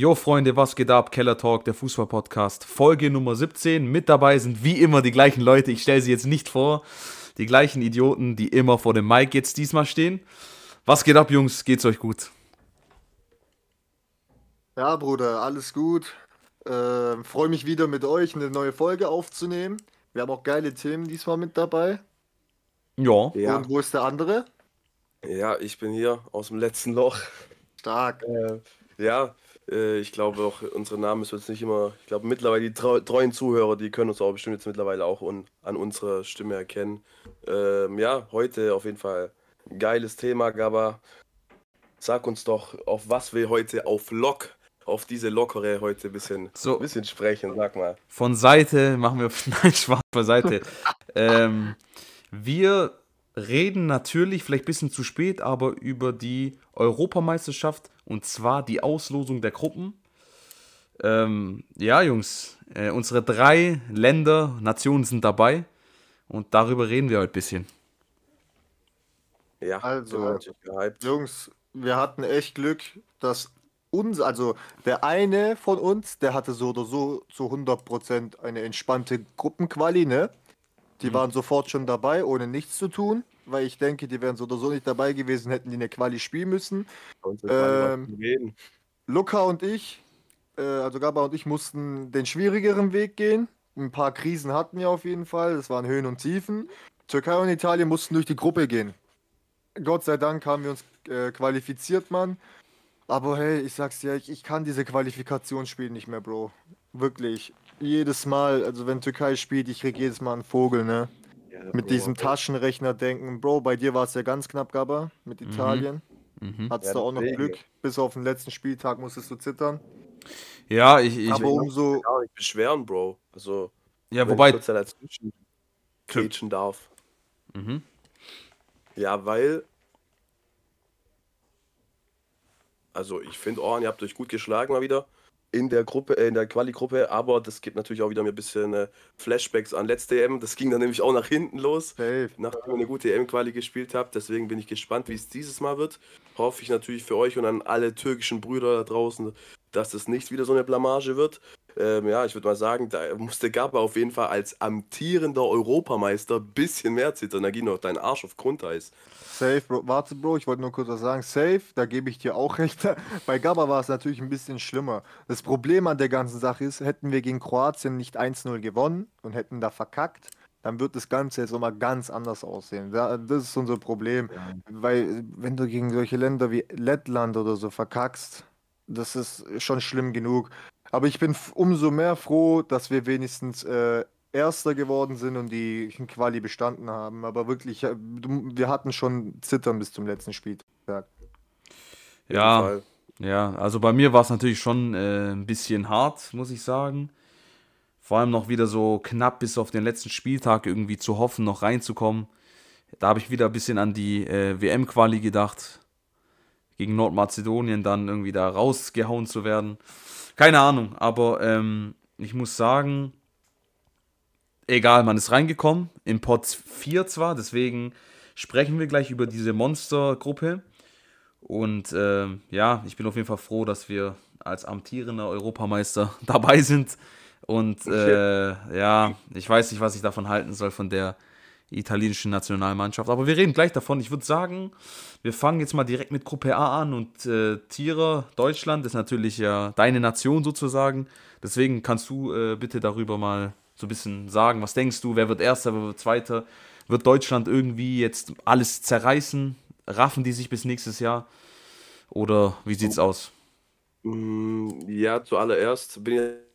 Jo Freunde, was geht ab? Keller Talk, der Fußball-Podcast, Folge Nummer 17. Mit dabei sind wie immer die gleichen Leute, ich stelle sie jetzt nicht vor. Die gleichen Idioten, die immer vor dem Mic jetzt diesmal stehen. Was geht ab, Jungs? Geht's euch gut? Ja, Bruder, alles gut. Freue mich wieder mit euch eine neue Folge aufzunehmen. Wir haben auch geile Themen diesmal mit dabei. Ja. Und Ja, wo ist der andere? ja, ich bin hier aus dem letzten Loch. Stark. Äh, ja, ich glaube auch, unsere Namen müssen wir jetzt nicht immer, ich glaube mittlerweile die treuen Zuhörer, die können uns auch bestimmt jetzt mittlerweile auch an unserer Stimme erkennen. Ja, heute auf jeden Fall ein geiles Thema, Gabba. Sag uns doch, auf was wir heute auf diese lockere heute ein So, bisschen sprechen, sag mal. von Seite machen wir. Nein, Spaß beiseite. ähm, wir reden natürlich, vielleicht ein bisschen zu spät, aber über die Europameisterschaft und zwar die Auslosung der Gruppen. Ja, Jungs, unsere drei Länder, Nationen sind dabei und darüber reden wir heute ein bisschen. Ja, sind wir Also, natürlich gehypt. Jungs, wir hatten echt Glück, dass also der eine von uns, der hatte so oder so zu 100% eine entspannte Gruppenquali, ne? Die Mhm. waren sofort schon dabei, ohne nichts zu tun, weil ich denke, die wären so oder so nicht dabei gewesen, hätten die eine Quali spielen müssen. Unsere Quali war Ähm, zu reden. Luca und ich, also Gabba und ich mussten den schwierigeren Weg gehen. Ein paar Krisen hatten wir auf jeden Fall. Das waren Höhen und Tiefen. Türkei und Italien mussten durch die Gruppe gehen. Gott sei Dank haben wir uns qualifiziert, Mann. Aber hey, ich sag's dir, ich kann diese Qualifikationsspiele nicht mehr, Bro. Wirklich. Jedes Mal, also wenn Türkei spielt, ich krieg jedes Mal einen Vogel, ne? Ja, Mit Bro, diesem Taschenrechner denken. Bro, bei dir war es ja ganz knapp, Gabba, mit Mhm. Italien. Mhm. Hattest ja, du auch noch deswegen. Glück. Bis auf den letzten Spieltag musstest du zittern. Ja, Aber Deswegen muss ich mich umso, gar nicht beschweren, Bro. Also, ja, wenn ich wobei, kurz da dazwischen grätschen darf. mhm. Ja, weil, also ich finde, ihr habt euch gut geschlagen mal wieder in der Gruppe, in der Quali-Gruppe, aber das gibt natürlich auch wieder mir ein bisschen Flashbacks an letzte EM. Das ging dann nämlich auch nach hinten los, safe. nachdem ihr eine gute EM-Quali gespielt habt. Deswegen bin ich gespannt, wie es dieses Mal wird. Hoffe ich natürlich für euch und an alle türkischen Brüder da draußen, dass es nicht wieder so eine Blamage wird. Ja, ich würde mal sagen, da musste Gabba auf jeden Fall als amtierender Europameister ein bisschen mehr zittern. Da ging noch dein Arsch auf Grundeis. Safe, Bro. Warte, Bro, ich wollte nur kurz was sagen. Safe, da gebe ich dir auch recht. Bei Gabba war es natürlich ein bisschen schlimmer. Das Problem an der ganzen Sache ist, hätten wir gegen Kroatien nicht 1-0 gewonnen und hätten da verkackt, dann wird das Ganze jetzt nochmal ganz anders aussehen. Das ist unser Problem. Ja. Weil, wenn du gegen solche Länder wie Lettland oder so verkackst, das ist schon schlimm genug. Aber ich bin umso mehr froh, dass wir wenigstens Erster geworden sind und die Quali bestanden haben. Aber wirklich, wir hatten schon Zittern bis zum letzten Spieltag. Auf jeden Ja, Fall. ja, also bei mir war es natürlich schon ein bisschen hart, muss ich sagen. Vor allem noch wieder so knapp bis auf den letzten Spieltag irgendwie zu hoffen, noch reinzukommen. Da habe ich wieder ein bisschen an die WM-Quali gedacht, gegen Nordmazedonien dann irgendwie da rausgehauen zu werden. Keine Ahnung, aber ich muss sagen, egal, man ist reingekommen, in Pot 4 zwar, deswegen sprechen wir gleich über diese Monstergruppe. Und ja, ich bin auf jeden Fall froh, dass wir als amtierender Europameister dabei sind. Und ja, ich weiß nicht, was ich davon halten soll von der italienischen Nationalmannschaft. Aber wir reden gleich davon. Ich würde sagen, wir fangen jetzt mal direkt mit Gruppe A an. Und Tierer, Deutschland ist natürlich ja deine Nation sozusagen. Deswegen kannst du bitte darüber mal so ein bisschen sagen. Was denkst du? Wer wird Erster, wer wird Zweiter? Wird Deutschland irgendwie jetzt alles zerreißen? Raffen die sich bis nächstes Jahr? Oder wie sieht's aus? Ja, zuallererst bin ich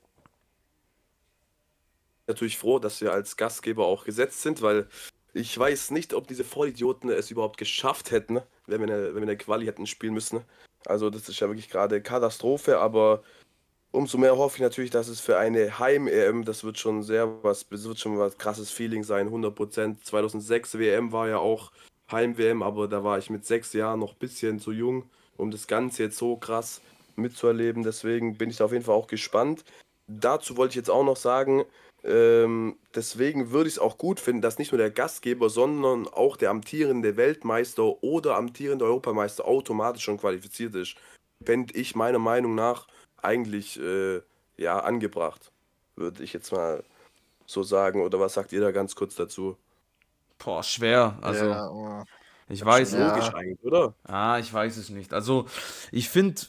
natürlich froh, dass wir als Gastgeber auch gesetzt sind, weil ich weiß nicht, ob diese Vollidioten es überhaupt geschafft hätten, wenn wir eine Quali hätten spielen müssen. Also das ist ja wirklich gerade Katastrophe, aber umso mehr hoffe ich natürlich, dass es für eine Heim-EM, das wird schon was krasses Feeling sein, 100%. 2006 WM war ja auch Heim-WM, aber da war ich mit 6 Jahren noch ein bisschen zu jung, um das Ganze jetzt so krass mitzuerleben. Deswegen bin ich da auf jeden Fall auch gespannt. Dazu wollte ich jetzt auch noch sagen, deswegen würde ich es auch gut finden, dass nicht nur der Gastgeber, sondern auch der amtierende Weltmeister oder amtierende Europameister automatisch schon qualifiziert ist. Fände ich meiner Meinung nach eigentlich ja angebracht, würde ich jetzt mal so sagen. Oder was sagt ihr da ganz kurz dazu? Boah, schwer. Also, Ja, oh, ich Ja, schon weiß, logisch ja, eigentlich, oder? ich weiß es nicht. Also, ich finde,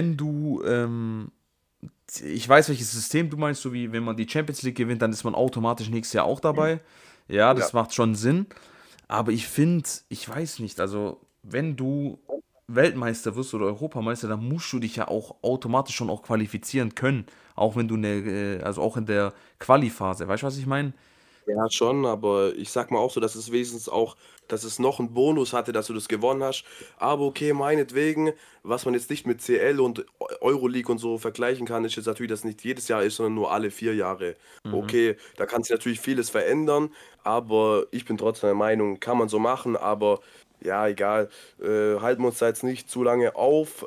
ich weiß, welches System du meinst, so wie wenn man die Champions League gewinnt, dann ist man automatisch nächstes Jahr auch dabei. Ja, Ja. das macht schon Sinn. Aber ich finde, ich weiß nicht, also wenn du Weltmeister wirst oder Europameister, dann musst du dich ja auch automatisch schon auch qualifizieren können. Auch wenn du also auch in der Quali-Phase, weißt du, was ich meine? Ja, schon, aber ich sag mal auch so, dass es wenigstens auch, dass es noch einen Bonus hatte, dass du das gewonnen hast. Aber okay, meinetwegen, was man jetzt nicht mit CL und Euroleague und so vergleichen kann, ist jetzt natürlich, dass es nicht jedes Jahr ist, sondern nur alle 4 Jahre. Mhm. Okay, da kann sich natürlich vieles verändern, aber ich bin trotzdem der Meinung, kann man so machen, aber ja, egal. Halten wir uns da jetzt nicht zu lange auf.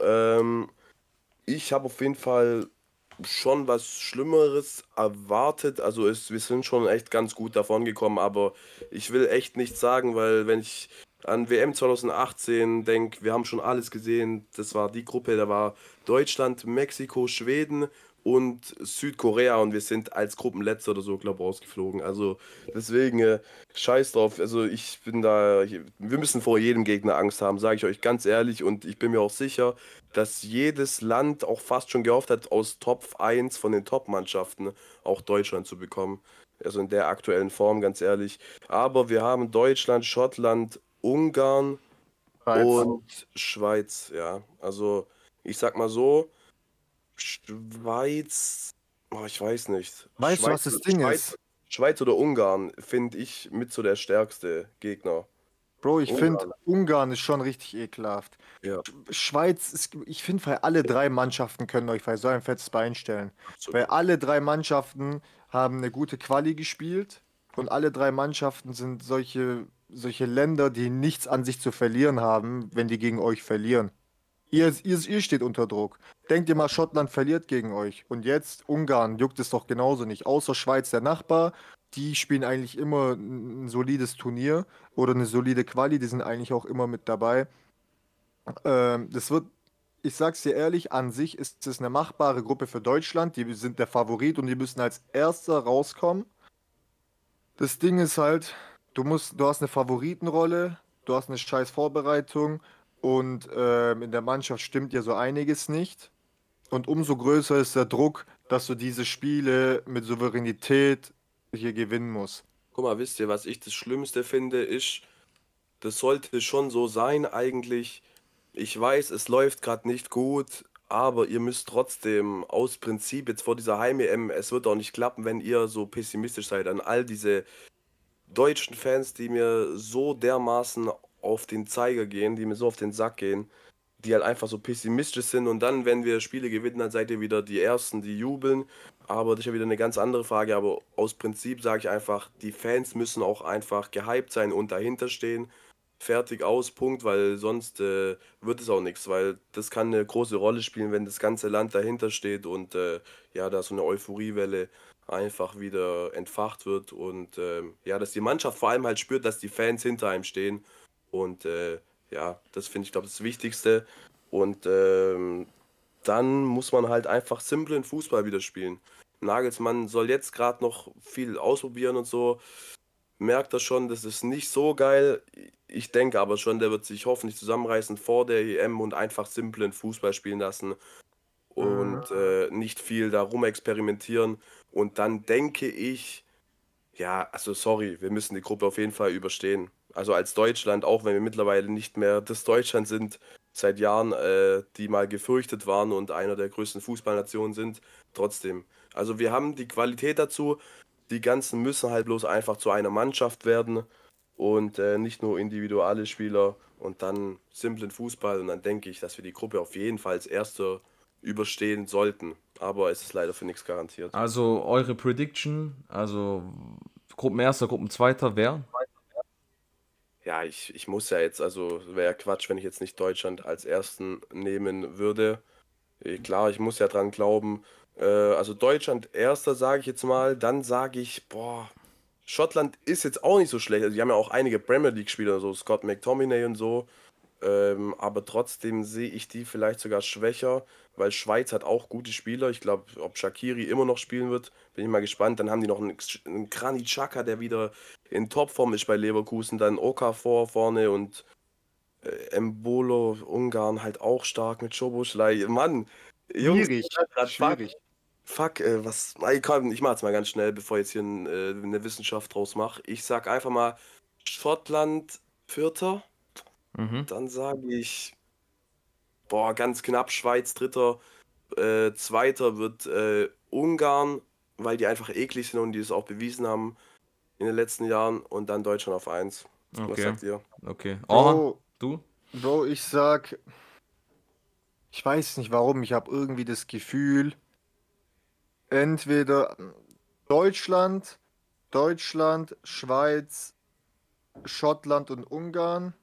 Ich habe auf jeden Fall schon was Schlimmeres erwartet. Also wir sind schon echt ganz gut davon gekommen, aber ich will echt nichts sagen, weil wenn ich an WM 2018 denke, wir haben schon alles gesehen. Das war die Gruppe, da war Deutschland, Mexiko, Schweden und Südkorea und wir sind als Gruppenletzter oder so, glaube ich, rausgeflogen. Also deswegen scheiß drauf. Also ich bin da, wir müssen vor jedem Gegner Angst haben, sage ich euch ganz ehrlich und ich bin mir auch sicher, dass jedes Land auch fast schon gehofft hat, aus Top 1 von den Top-Mannschaften auch Deutschland zu bekommen. Also in der aktuellen Form, ganz ehrlich. Aber wir haben Deutschland, Schottland, Ungarn Schweiz. und Schweiz, ja. Also ich sag mal so, Schweiz, oh, ich weiß nicht. Weißt du, was das Ding ist? Schweiz oder Ungarn finde ich mit so der stärkste Gegner. Bro, ich finde, Ungarn, Ungarn ist schon richtig ekelhaft. ja, Schweiz ist, ich finde, weil alle drei Mannschaften können euch bei so ein fettes Bein stellen. Weil absolut. alle drei Mannschaften haben eine gute Quali gespielt und alle drei Mannschaften sind solche Länder, die nichts an sich zu verlieren haben, wenn die gegen euch verlieren. Ihr steht unter Druck. Denkt ihr mal, Schottland verliert gegen euch. Und jetzt Ungarn juckt es doch genauso nicht. Außer Schweiz, der Nachbar. Die spielen eigentlich immer ein solides Turnier oder eine solide Quali. Die sind eigentlich auch immer mit dabei. Das wird, ich sag's dir ehrlich, an sich ist es eine machbare Gruppe für Deutschland. Die sind der Favorit und die müssen als Erster rauskommen. Das Ding ist halt, du hast eine Favoritenrolle, du hast eine scheiß Vorbereitung und in der Mannschaft stimmt ja so einiges nicht. Und umso größer ist der Druck, dass du diese Spiele mit Souveränität hier gewinnen musst. Guck mal, wisst ihr, was ich das Schlimmste finde, ist, das sollte schon so sein eigentlich. Ich weiß, es läuft gerade nicht gut, aber ihr müsst trotzdem aus Prinzip jetzt vor dieser Heim-EM, es wird auch nicht klappen, wenn ihr so pessimistisch seid an all diese deutschen Fans, die mir so dermaßen auf den Zeiger gehen, die mir so auf den Sack gehen, die halt einfach so pessimistisch sind und dann, wenn wir Spiele gewinnen, dann seid ihr wieder die Ersten, die jubeln. Aber das ist ja wieder eine ganz andere Frage. Aber aus Prinzip sage ich einfach, die Fans müssen auch einfach gehypt sein und dahinter stehen. Fertig aus, Punkt, weil sonst wird es auch nichts, weil das kann eine große Rolle spielen, wenn das ganze Land dahinter steht und ja, da so eine Euphoriewelle einfach wieder entfacht wird und ja, dass die Mannschaft vor allem halt spürt, dass die Fans hinter einem stehen und ja, das finde ich, glaube ich, das Wichtigste. Und dann muss man halt einfach simplen Fußball wieder spielen. Nagelsmann soll jetzt gerade noch viel ausprobieren und so. Merkt das schon, das ist nicht so geil. Ich denke aber schon, der wird sich hoffentlich zusammenreißen vor der EM und einfach simplen Fußball spielen lassen Mhm. und nicht viel da rumexperimentieren. Und dann denke ich, ja, also sorry, wir müssen die Gruppe auf jeden Fall überstehen. Also als Deutschland, auch wenn wir mittlerweile nicht mehr das Deutschland sind, seit Jahren, die mal gefürchtet waren und einer der größten Fußballnationen sind, trotzdem. Also wir haben die Qualität dazu. Die ganzen müssen halt bloß einfach zu einer Mannschaft werden und nicht nur individuelle Spieler und dann simplen Fußball. Und dann denke ich, dass wir die Gruppe auf jeden Fall als Erster überstehen sollten. Aber es ist leider für nichts garantiert. Also eure Prediction, also Gruppenerster, Gruppenzweiter, wer? Ja, ich muss ja jetzt, also wäre ja Quatsch, wenn ich jetzt nicht Deutschland als Ersten nehmen würde. Klar, ich muss ja dran glauben. Also Deutschland Erster, sage ich jetzt mal. Dann sage ich, boah, Schottland ist jetzt auch nicht so schlecht. Also die haben ja auch einige Premier League-Spieler, so Scott McTominay und so. Aber trotzdem sehe ich die vielleicht sogar schwächer, weil Schweiz hat auch gute Spieler. Ich glaube, ob Shaqiri immer noch spielen wird, bin ich mal gespannt. Dann haben die noch einen Granit Xhaka, der wieder in Topform ist bei Leverkusen. Dann Okafor vorne und Embolo, Ungarn halt auch stark mit Szoboszlai. Mann, Jungs, Schwierig, fuck, schwierig. was. Ich mach jetzt mal ganz schnell, bevor ich jetzt hier eine Wissenschaft draus mache. Ich sag einfach mal Schottland Vierter. Mhm. Dann sage ich, boah, ganz knapp Schweiz Dritter. Zweiter wird Ungarn, weil die einfach eklig sind und die es auch bewiesen haben in den letzten Jahren. Und dann Deutschland auf 1. Was Okay, sagt ihr? okay. Aha, Bro, du? Bro, ich sag, ich weiß nicht warum, ich habe irgendwie das Gefühl, entweder Deutschland, Schweiz, Schottland und Ungarn.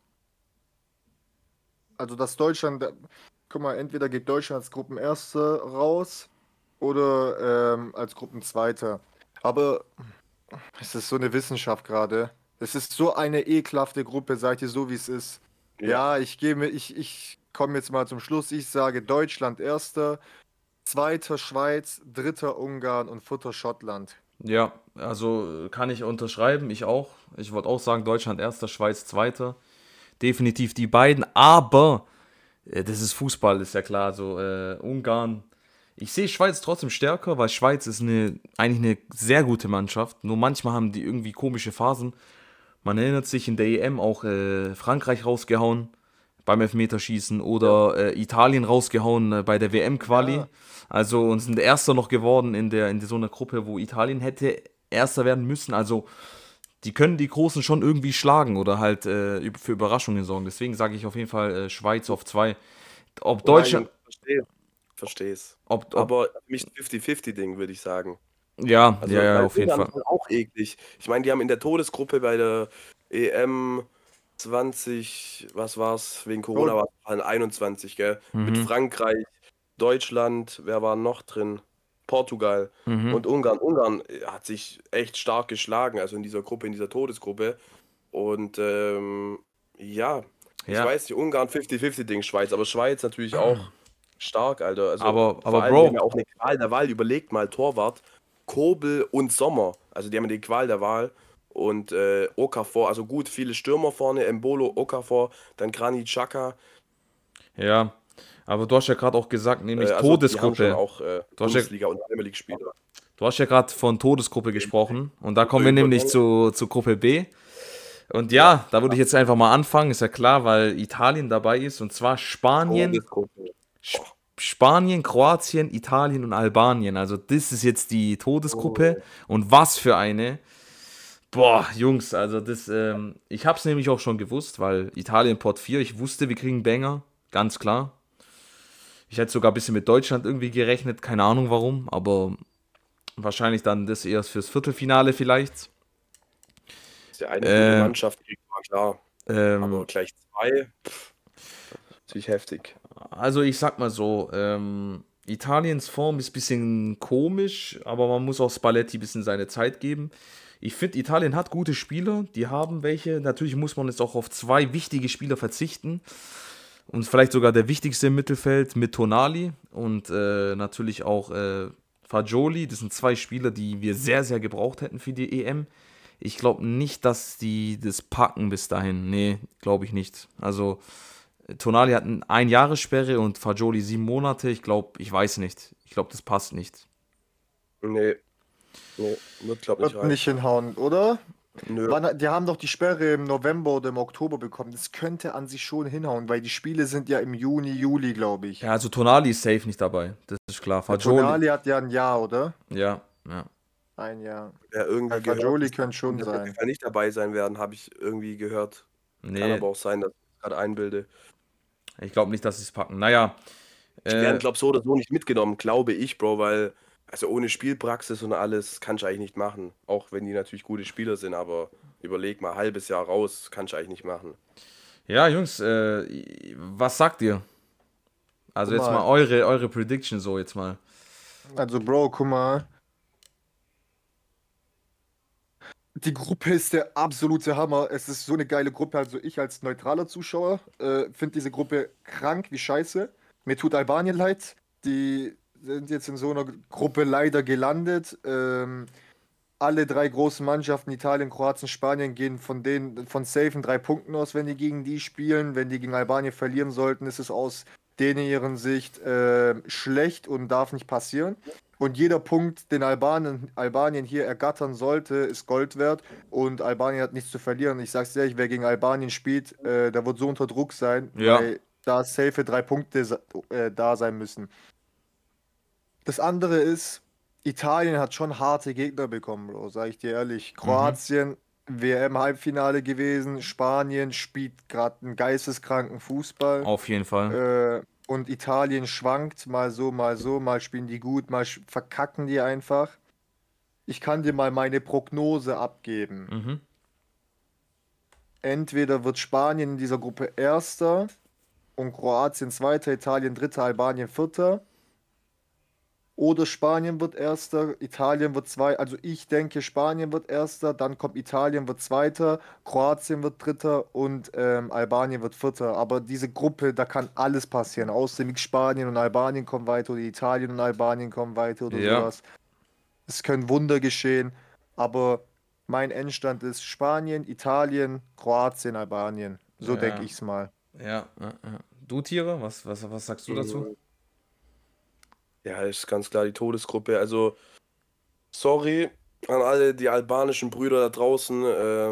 Also dass Deutschland, guck mal, entweder geht Deutschland als Gruppenerster raus oder als Gruppenzweiter. Aber es ist so eine Wissenschaft gerade. Es ist so eine ekelhafte Gruppe, sag ich dir so, wie es ist. Ja. Ja, ich komme jetzt mal zum Schluss. Ich sage Deutschland Erster, Zweiter Schweiz, Dritter Ungarn und Vierter Schottland. Ja, also kann ich unterschreiben, ich auch. Ich wollte auch sagen, Deutschland erster, Schweiz zweiter. Definitiv die beiden, aber das ist Fußball, ist ja klar. So Ungarn. Ich sehe Schweiz trotzdem stärker, weil Schweiz ist eigentlich eine sehr gute Mannschaft. Nur manchmal haben die irgendwie komische Phasen. Man erinnert sich in der EM auch Frankreich rausgehauen beim Elfmeterschießen oder Italien rausgehauen bei der WM-Quali. Ja. Also und sind Erster noch geworden in so einer Gruppe, wo Italien hätte Erster werden müssen. Also die können die Großen schon irgendwie schlagen oder halt für Überraschungen sorgen. Deswegen sage ich auf jeden Fall Schweiz auf 2. Ob Deutschland, Verstehe es. ob, Aber für mich 50-50-Ding, würde ich sagen. ja, Also, ja, ja, weil auf jeden Ungarn Fall. ist halt auch eklig. Ich meine, die haben in der Todesgruppe bei der EM 20, was war's, wegen Corona Bro, war es 21, gell? Mit Mhm, Frankreich, Deutschland, wer war noch drin? Portugal mhm, und Ungarn. Ungarn hat sich echt stark geschlagen, also in dieser Gruppe, in dieser Todesgruppe. Und ja, ich ja, weiß nicht, Ungarn 50-50-Ding, Schweiz, aber Schweiz natürlich auch stark, Alter. Also aber vor allem, die haben Bro, ja auch eine Qual der Wahl. Überlegt mal, Torwart, Kobel und Sommer. Also die haben ja die Qual der Wahl. Und Okafor, also gut, viele Stürmer vorne, Embolo, Okafor, dann Granit Xhaka. ja, aber du hast ja gerade auch gesagt, nämlich Also die haben schon Todesgruppe. auch Du hast ja, Bundesliga- und Premier League-Spieler. du hast ja gerade von Todesgruppe gesprochen und da kommen Guter wir nämlich Übergang. zu Gruppe B. Und Ja, ja, da würde ich jetzt einfach mal anfangen, ist ja klar, weil Italien dabei ist und zwar Todesgruppe. Spanien, Kroatien, Italien und Albanien. Also das ist jetzt die Todesgruppe Oh. und was für eine. Boah, Jungs, also ich hab's nämlich auch schon gewusst, weil Italien Port 4, ich wusste, wir kriegen Banger, ganz klar. Ich hätte sogar ein bisschen mit Deutschland irgendwie gerechnet, keine Ahnung warum, aber wahrscheinlich dann das erst fürs Viertelfinale vielleicht. Ist ja eine gute Äh, Mannschaft, kriegt man klar. Aber ähm, gleich zwei, natürlich heftig. also ich sag mal so, Italiens Form ist ein bisschen komisch, aber man muss auch Spalletti ein bisschen seine Zeit geben. Ich finde, Italien hat gute Spieler, die haben welche. Natürlich muss man jetzt auch auf zwei wichtige Spieler verzichten. Und vielleicht sogar der wichtigste im Mittelfeld mit Tonali und natürlich auch Fagioli. Das sind zwei Spieler, die wir sehr, sehr gebraucht hätten für die EM. Ich glaube nicht, dass die das packen bis dahin. Nee, glaube ich nicht. Also Tonali hat eine Einjahressperre und Fagioli 7 Monate. Ich weiß nicht. Ich glaube, das passt nicht. Nee, nee, wird glaub nicht wird rein. nicht hinhauen, oder? Nö. Die haben doch die Sperre im November oder im Oktober bekommen. Das könnte an sich schon hinhauen, weil die Spiele sind ja im Juni, Juli, glaube ich. Ja, also Tonali ist safe nicht dabei. Das ist klar. Der Fagioli, Tonali hat ja ein Jahr, oder? ja, ja. Ein Jahr. Ja, irgendwie Bei gehört, Fagioli dass könnte schon die auf jeden sein. Fall nicht dabei sein werden, habe ich irgendwie gehört. Kann Nee, aber auch sein, dass ich es gerade einbilde. ich glaube nicht, dass sie es packen. Naja, Die werden, äh, glaube ich, so oder so nicht mitgenommen, glaube ich, Bro, weil, also ohne Spielpraxis und alles kannst du eigentlich nicht machen. Auch wenn die natürlich gute Spieler sind, aber überleg mal, halbes Jahr raus, kannst du eigentlich nicht machen. ja, Jungs, was sagt ihr? Also Guck jetzt mal mal, eure Prediction so jetzt mal. also Bro, guck mal. Die Gruppe ist der absolute Hammer. Es ist so eine geile Gruppe. Also ich als neutraler Zuschauer finde diese Gruppe krank wie Scheiße. Mir tut Albanien leid. Die sind jetzt in so einer Gruppe leider gelandet. Alle drei großen Mannschaften, Italien, Kroatien, Spanien, gehen von safen 3 Punkten aus, wenn die gegen die spielen. Wenn die gegen Albanien verlieren sollten, ist es aus denen ihren Sicht schlecht und darf nicht passieren. Und jeder Punkt, den Albanien hier ergattern sollte, ist Gold wert. Und Albanien hat nichts zu verlieren. Ich sag's ehrlich, wer gegen Albanien spielt, der wird so unter Druck sein, Ja, weil da safe 3 Punkte da sein müssen. Das andere ist, Italien hat schon harte Gegner bekommen, Bro, sag ich dir ehrlich. mhm. Kroatien, WM-Halbfinale gewesen, Spanien spielt gerade einen geisteskranken Fußball. Auf jeden Fall. Und Italien schwankt mal so, mal so, mal spielen die gut, mal verkacken die einfach. Ich kann dir mal meine Prognose abgeben. Mhm. Entweder wird Spanien in dieser Gruppe Erster und Kroatien Zweiter, Italien Dritter, Albanien Vierter. Oder Spanien wird Erster, Italien wird Zweiter. Also ich denke, Spanien wird Erster, dann kommt Italien wird Zweiter, Kroatien wird Dritter und Albanien wird Vierter. Aber diese Gruppe, da kann alles passieren. Außerdem Spanien und Albanien kommen weiter oder Italien und Albanien kommen weiter oder Ja, sowas. Es können Wunder geschehen, aber mein Endstand ist Spanien, Italien, Kroatien, Albanien. So denke ja, ich's mal. ja. Du, Tiere, was sagst du dazu? Mhm. Ja, ist ganz klar die Todesgruppe. Also, sorry an alle die albanischen Brüder da draußen.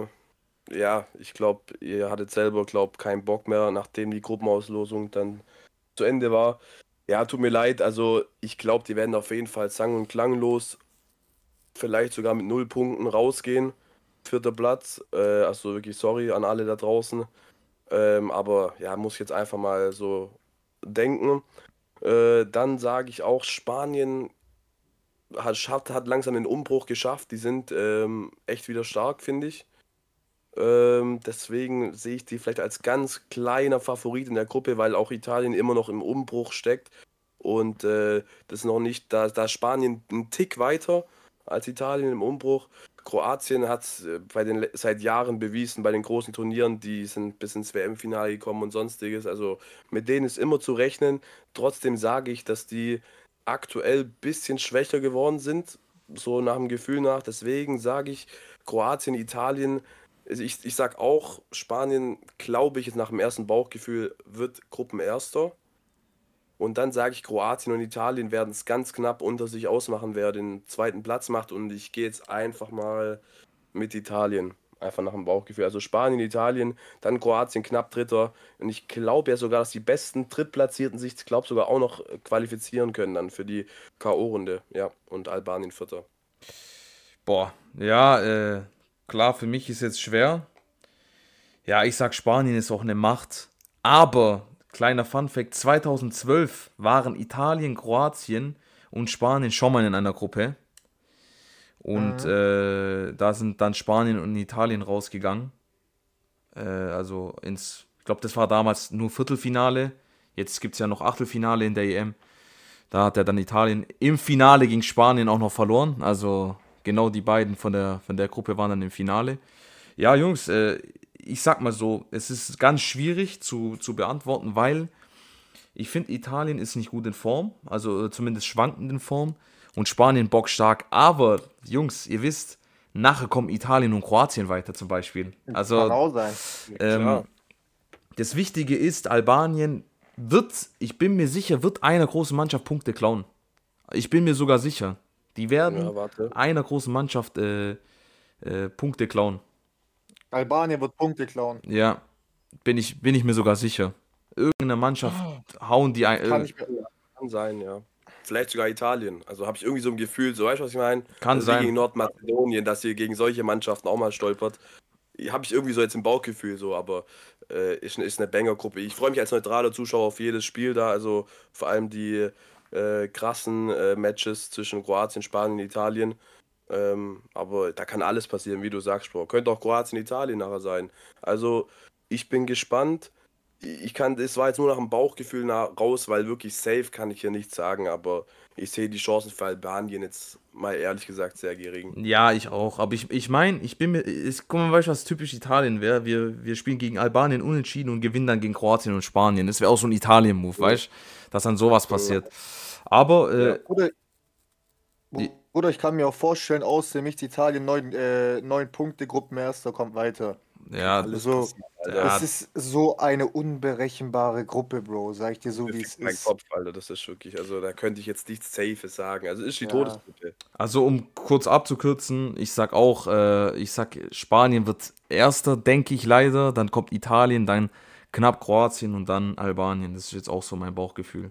Ja, ich glaube, ihr hattet selber, keinen Bock mehr, nachdem die Gruppenauslosung dann zu Ende war. Ja, tut mir leid. Also, ich glaube, die werden auf jeden Fall sang- und klanglos, vielleicht sogar mit 0 Punkten rausgehen. Vierter Platz. Also wirklich sorry an alle da draußen. Aber ja, muss ich jetzt einfach mal so denken. Dann sage ich auch, Spanien hat langsam den Umbruch geschafft. Die sind echt wieder stark, finde ich. Deswegen sehe ich die vielleicht als ganz kleiner Favorit in der Gruppe, weil auch Italien immer noch im Umbruch steckt. Und das noch nicht, da ist Spanien einen Tick weiter als Italien im Umbruch. Kroatien hat seit Jahren bewiesen bei den großen Turnieren, die sind bis ins WM-Finale gekommen und sonstiges. Also mit denen ist immer zu rechnen. Trotzdem sage ich, dass die aktuell ein bisschen schwächer geworden sind, so nach dem Gefühl nach. Deswegen sage ich Kroatien, Italien. Also ich sag auch, Spanien, glaube ich, jetzt nach dem ersten Bauchgefühl wird Gruppenerster. Und dann sage ich, Kroatien und Italien werden es ganz knapp unter sich ausmachen, wer den zweiten Platz macht. Und ich gehe jetzt einfach mal mit Italien. Einfach nach dem Bauchgefühl. Also Spanien, Italien, dann Kroatien knapp Dritter. Und ich glaube ja sogar, dass die besten Drittplatzierten sich, glaube sogar auch noch qualifizieren können dann für die K.O.-Runde. Ja, und Albanien Vierter. Boah, ja, klar, für mich ist jetzt schwer. Ja, ich sag, Spanien ist auch eine Macht. Aber, kleiner Funfact, 2012 waren Italien, Kroatien und Spanien schon mal in einer Gruppe. Und Mhm. da sind dann Spanien und Italien rausgegangen. Also ich glaube, das war damals nur Viertelfinale. Jetzt gibt es ja noch Achtelfinale in der EM. Da hat er dann Italien im Finale gegen Spanien auch noch verloren. Also genau die beiden von der Gruppe waren dann im Finale. Ja, Jungs, ich sag mal so, es ist ganz schwierig zu beantworten, weil ich finde, Italien ist nicht gut in Form, also zumindest schwankend in Form und Spanien bockstark. Aber, Jungs, ihr wisst, nachher kommen Italien und Kroatien weiter zum Beispiel. Kann Also auch sein. Ja, ähm, klar. das Wichtige ist, Albanien ich bin mir sicher, wird einer großen Mannschaft Punkte klauen. Ich bin mir sogar sicher. Die werden Ja, warte. einer großen Mannschaft Punkte klauen. Albanien wird Punkte klauen. Ja, bin ich mir sogar sicher. Irgendeine Mannschaft hauen die Kann ich mir. Ja, kann sein, ja. Vielleicht sogar Italien. Also habe ich irgendwie so ein Gefühl, so weißt du, was ich meine? kann Also wie sein. gegen Nordmazedonien, dass ihr gegen solche Mannschaften auch mal stolpert. Habe ich irgendwie so jetzt im Bauchgefühl so, aber ist eine Banger-Gruppe. Ich freue mich als neutraler Zuschauer auf jedes Spiel da, also vor allem die krassen Matches zwischen Kroatien, Spanien, Italien. Aber da kann alles passieren, wie du sagst, Bro. Könnte auch Kroatien, Italien nachher sein. Also ich bin gespannt. Es war jetzt nur nach dem Bauchgefühl raus, weil wirklich safe kann ich hier nichts sagen, aber ich sehe die Chancen für Albanien jetzt mal ehrlich gesagt sehr gering. Ja, ich auch. Aber ich meine, guck mal, weißt du, was typisch Italien wäre? Wir spielen gegen Albanien unentschieden und gewinnen dann gegen Kroatien und Spanien. Das wäre auch so ein Italien-Move, Ja. weißt du? Dass dann sowas passiert. Aber, Ja. die- Oder ich kann mir auch vorstellen, außerdem nicht Italien 9 Punkte, Gruppenerster kommt weiter. ja, Alles Also, passiert, Alter. ja, das ist so eine unberechenbare Gruppe, Bro. Sag ich dir so, wie es Mein ist. Kopf, Alter, das ist wirklich, also da könnte ich jetzt nichts Safes sagen. Also ist die Ja. Todesgruppe. also um kurz abzukürzen, ich sag, Spanien wird Erster, denke ich leider. Dann kommt Italien, dann knapp Kroatien und dann Albanien. Das ist jetzt auch so mein Bauchgefühl.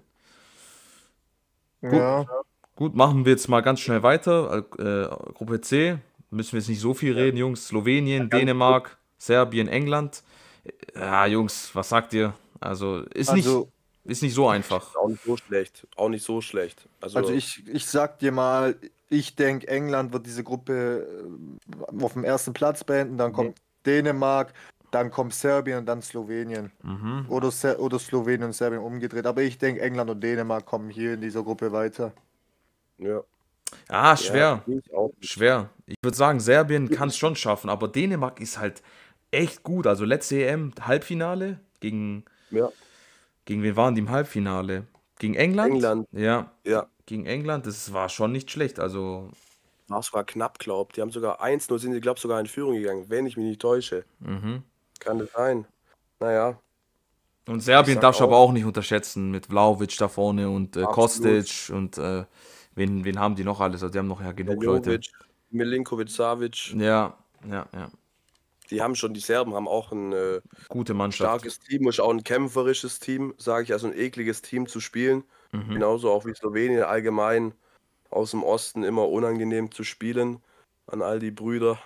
Gut, Ja. gut, machen wir jetzt mal ganz schnell weiter. Gruppe C, müssen wir jetzt nicht so viel Ja. reden, Jungs. Slowenien, Ganz Dänemark, Serbien, England. Ja, Jungs, was sagt ihr? Also, Also, ist nicht so einfach. Auch nicht so schlecht. Auch nicht so schlecht. also ich sag dir mal, ich denke, England wird diese Gruppe auf dem ersten Platz beenden, dann kommt Dänemark, dann kommt Serbien und dann Slowenien. Mhm. Oder Slowenien und Serbien umgedreht. Aber ich denke, England und Dänemark kommen hier in dieser Gruppe weiter. ja. Ah, Ja, schwer. sehe ich auch. Schwer. Ich würde sagen, Serbien kann es schon schaffen, aber Dänemark ist halt echt gut. Also letzte EM, Halbfinale, Ja. gegen wen waren die im Halbfinale? Gegen England? England. Ja, Ja. gegen England, das war schon nicht schlecht. Also, Das war knapp, glaubt. Die haben sogar 1-0 sind die, glaube sogar in Führung gegangen, wenn ich mich nicht täusche. mhm. Kann das sein? Naja, Und ich Serbien sag darfst du aber auch, auch nicht unterschätzen mit Vlahovic da vorne und absolut. Kostic und wen haben die noch alles? Also die haben noch ja genug Leute. Jovic, Milinkovic, Savic, Ja, ja. die Serben haben auch ein Gute Mannschaft. starkes Team und auch ein kämpferisches Team, sage ich, also ein ekliges Team zu spielen. Mhm. Genauso auch wie Slowenien allgemein aus dem Osten immer unangenehm zu spielen an all die Brüder.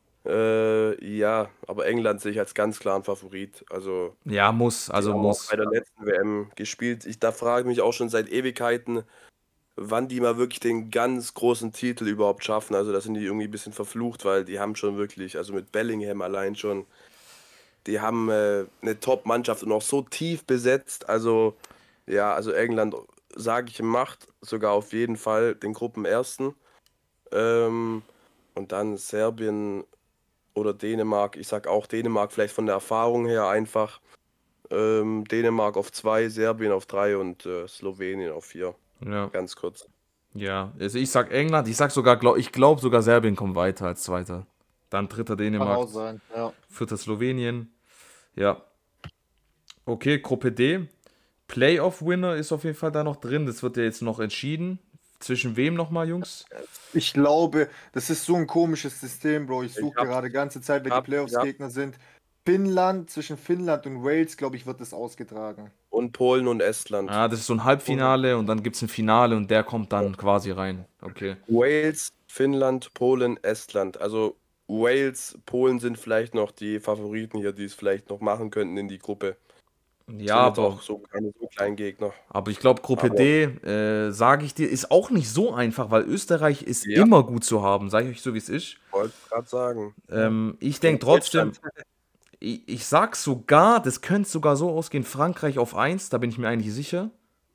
Ja, aber England sehe ich als ganz klaren Favorit. Also, Ja, muss, die also haben auch muss. bei der letzten WM gespielt. Da frage ich mich auch schon seit Ewigkeiten, wann die mal wirklich den ganz großen Titel überhaupt schaffen. Also, da sind die irgendwie ein bisschen verflucht, weil die haben schon wirklich, also mit Bellingham allein schon, die haben eine Top-Mannschaft und auch so tief besetzt. Also, ja, also England, sage ich, macht sogar auf jeden Fall den Gruppenersten. Ähm, und dann Serbien oder Dänemark. Ich sag auch Dänemark, vielleicht von der Erfahrung her einfach. Dänemark auf 2, Serbien auf 3 und Slowenien auf 4. Ja, Ganz kurz. ja. Also ich sag England, ich glaube sogar Serbien kommt weiter als Zweiter. Dann Dritter Kann Dänemark, auch sein, ja. Vierter Slowenien. Ja. Okay, Gruppe D. Playoff-Winner ist auf jeden Fall da noch drin. Das wird ja jetzt noch entschieden. Zwischen wem nochmal, Jungs? Ich glaube, das ist so ein komisches System, Bro. Ich Ich suche hab, gerade ganze Zeit, wer die hab, ja. Playoffs-Gegner sind. Zwischen Finnland und Wales, glaube ich, wird das ausgetragen. Und Polen und Estland. Ah, das ist so ein Halbfinale und dann gibt es ein Finale und der kommt dann quasi rein. Okay. Wales, Finnland, Polen, Estland. Also Wales, Polen sind vielleicht noch die Favoriten hier, die es vielleicht noch machen könnten in die Gruppe. Ja, Sind jetzt aber, auch so keine so kleinen Gegner. aber ich glaube, Gruppe Aber D, sage ich dir, ist auch nicht so einfach, weil Österreich ist ja, immer gut zu haben, sage ich euch so, wie es ist. wollte ich gerade sagen. Ich denke Und trotzdem, Deutschland. ich sag sogar, das könnte sogar so ausgehen, Frankreich auf 1, da bin ich mir eigentlich sicher.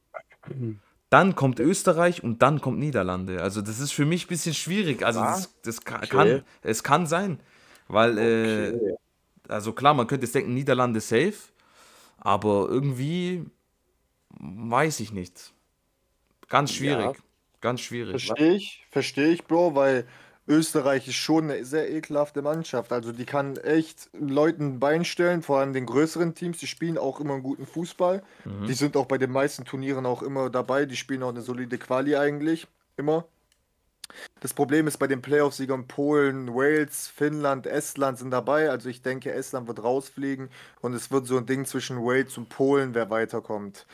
Dann kommt Österreich und dann kommt Niederlande. Also das ist für mich ein bisschen schwierig. Also Ah, das okay. es kann sein. Weil, Okay. also klar, man könnte jetzt denken, Niederlande safe, aber irgendwie weiß ich nicht. Ganz Ja, schwierig. Ganz schwierig. Verstehe ich, Bro, weil Österreich ist schon eine sehr ekelhafte Mannschaft. Also die kann echt Leuten ein Bein stellen, vor allem den größeren Teams. Die spielen auch immer einen guten Fußball. Die Mhm. sind auch bei den meisten Turnieren auch immer dabei. Die spielen auch eine solide Quali eigentlich. Immer. Das Problem ist bei den Playoff-Siegern Polen, Wales, Finnland, Estland sind dabei. Also ich denke, Estland wird rausfliegen und es wird so ein Ding zwischen Wales und Polen, wer weiterkommt.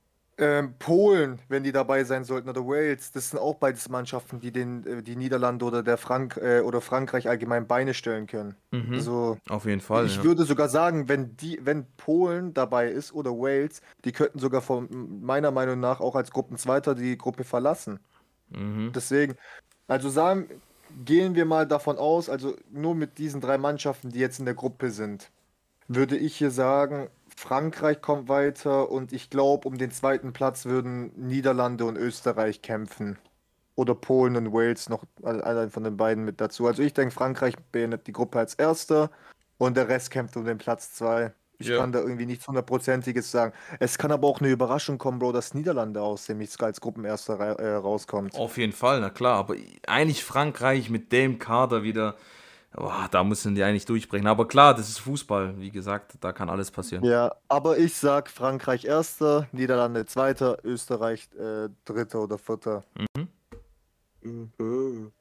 Polen, wenn die dabei sein sollten, oder Wales, das sind auch beides Mannschaften, die Niederlande oder Frankreich allgemein Beine stellen können. Mhm. Also Auf jeden Fall, ich ja. würde sogar sagen, wenn Polen dabei ist oder Wales, die könnten sogar meiner Meinung nach auch als Gruppenzweiter die Gruppe verlassen. Mhm. Deswegen, also gehen wir mal davon aus, also nur mit diesen drei Mannschaften, die jetzt in der Gruppe sind. würde ich hier sagen, Frankreich kommt weiter und ich glaube, um den zweiten Platz würden Niederlande und Österreich kämpfen. Oder Polen und Wales noch allein von den beiden mit dazu. Also ich denke, Frankreich beendet die Gruppe als Erster und der Rest kämpft um den Platz 2. Ich Ja. kann da irgendwie nichts Hundertprozentiges sagen. Es kann aber auch eine Überraschung kommen, Bro, dass Niederlande aus dem als Gruppenerster rauskommt. Auf jeden Fall, na klar. Aber eigentlich Frankreich mit dem Kader wieder, boah, da müssen die eigentlich durchbrechen. Aber klar, das ist Fußball. Wie gesagt, da kann alles passieren. Ja, aber ich sag Frankreich Erster, Niederlande Zweiter, Österreich Dritter oder Vierter. Mhm. Mhm.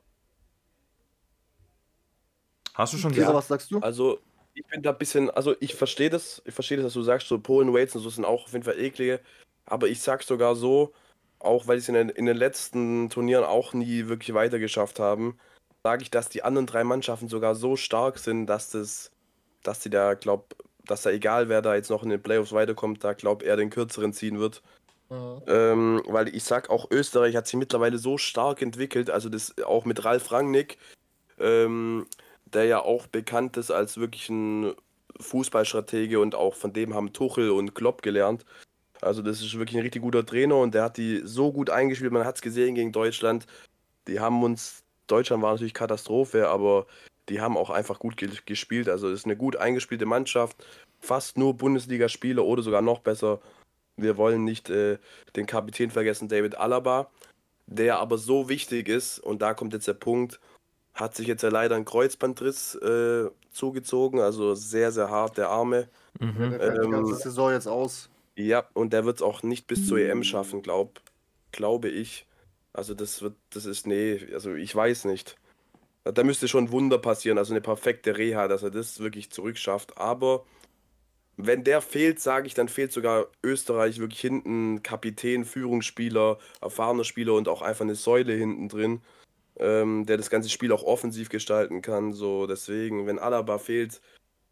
Hast du schon die. Kira, was sagst du? Also, ich bin da ein bisschen, also ich verstehe das, dass du sagst, so Polen, Wales und so sind auch auf jeden Fall eklige, aber ich sag's sogar so, auch weil sie in den letzten Turnieren auch nie wirklich weitergeschafft haben, sage ich, dass die anderen drei Mannschaften sogar so stark sind, dass die da, dass da egal wer da jetzt noch in den Playoffs weiterkommt, da er den kürzeren ziehen wird. Mhm. Weil ich sag auch, Österreich hat sich mittlerweile so stark entwickelt, also das auch mit Ralf Rangnick, ähm, der ja auch bekannt ist als wirklich ein Fußballstratege und auch von dem haben Tuchel und Klopp gelernt. Also das ist wirklich ein richtig guter Trainer und der hat die so gut eingespielt, man hat es gesehen gegen Deutschland. Deutschland war natürlich Katastrophe, aber die haben auch einfach gut gespielt. Also es ist eine gut eingespielte Mannschaft, fast nur Bundesligaspieler oder sogar noch besser. Wir wollen nicht den Kapitän vergessen, David Alaba, der aber so wichtig ist, und da kommt jetzt der Punkt, hat sich jetzt ja leider ein Kreuzbandriss zugezogen, also sehr, sehr hart, der Arme. Ja, Mhm. der fällt die ganze Saison jetzt aus. Ja, und der wird es auch nicht bis zur EM schaffen, glaube ich. Also nee, also ich weiß nicht. Da müsste schon ein Wunder passieren, also eine perfekte Reha, dass er das wirklich zurückschafft. Aber wenn der fehlt, sage ich, dann fehlt sogar Österreich wirklich hinten Kapitän, Führungsspieler, erfahrener Spieler und auch einfach eine Säule hinten drin, der das ganze Spiel auch offensiv gestalten kann. So, deswegen, wenn Alaba fehlt,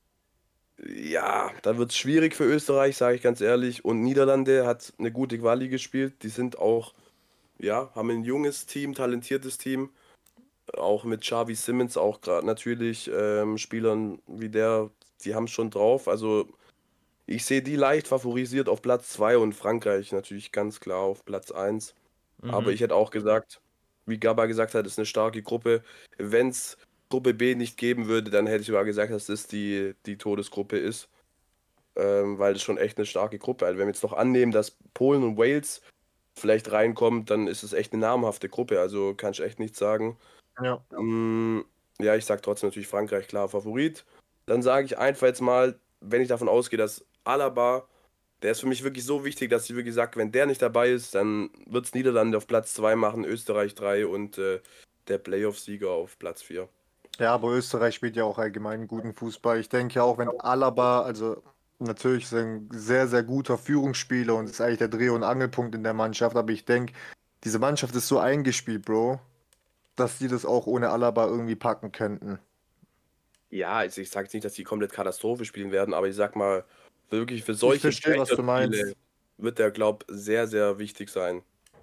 ja, dann wird es schwierig für Österreich, sage ich ganz ehrlich. Und Niederlande hat eine gute Quali gespielt. Die sind auch, ja, haben ein junges Team, talentiertes Team. Auch mit Xavi Simons, auch gerade natürlich Spielern wie der, die haben es schon drauf. Also ich sehe die leicht favorisiert auf Platz 2 und Frankreich natürlich ganz klar auf Platz 1. Aber Mhm. ich hätte auch gesagt, wie Gabba gesagt hat, ist eine starke Gruppe. Wenn es Gruppe B nicht geben würde, dann hätte ich sogar gesagt, dass das die Todesgruppe ist. Weil das schon echt eine starke Gruppe. Also wenn wir jetzt noch annehmen, dass Polen und Wales vielleicht reinkommt, dann ist es echt eine namhafte Gruppe. Also kann ich echt nichts sagen. Ja. Mm, ja, ich sage trotzdem natürlich Frankreich klar Favorit. Dann sage ich einfach jetzt mal, wenn ich davon ausgehe, dass Alaba, der ist für mich wirklich so wichtig, dass ich wirklich sage, wenn der nicht dabei ist, dann wird es Niederlande auf Platz 2 machen, Österreich 3 und der Playoff-Sieger auf Platz 4. Ja, aber Österreich spielt ja auch allgemein guten Fußball. Ich denke ja auch, wenn Alaba, also natürlich ist er ein sehr, sehr guter Führungsspieler und ist eigentlich der Dreh- und Angelpunkt in der Mannschaft, aber ich denke, diese Mannschaft ist so eingespielt, Bro, dass die das auch ohne Alaba irgendwie packen könnten. Ja, ich sage jetzt nicht, dass die komplett Katastrophe spielen werden, aber ich sag mal, wirklich für Ich solche verstehe, was du Brecherspiele meinst. wird der, sehr, sehr wichtig sein.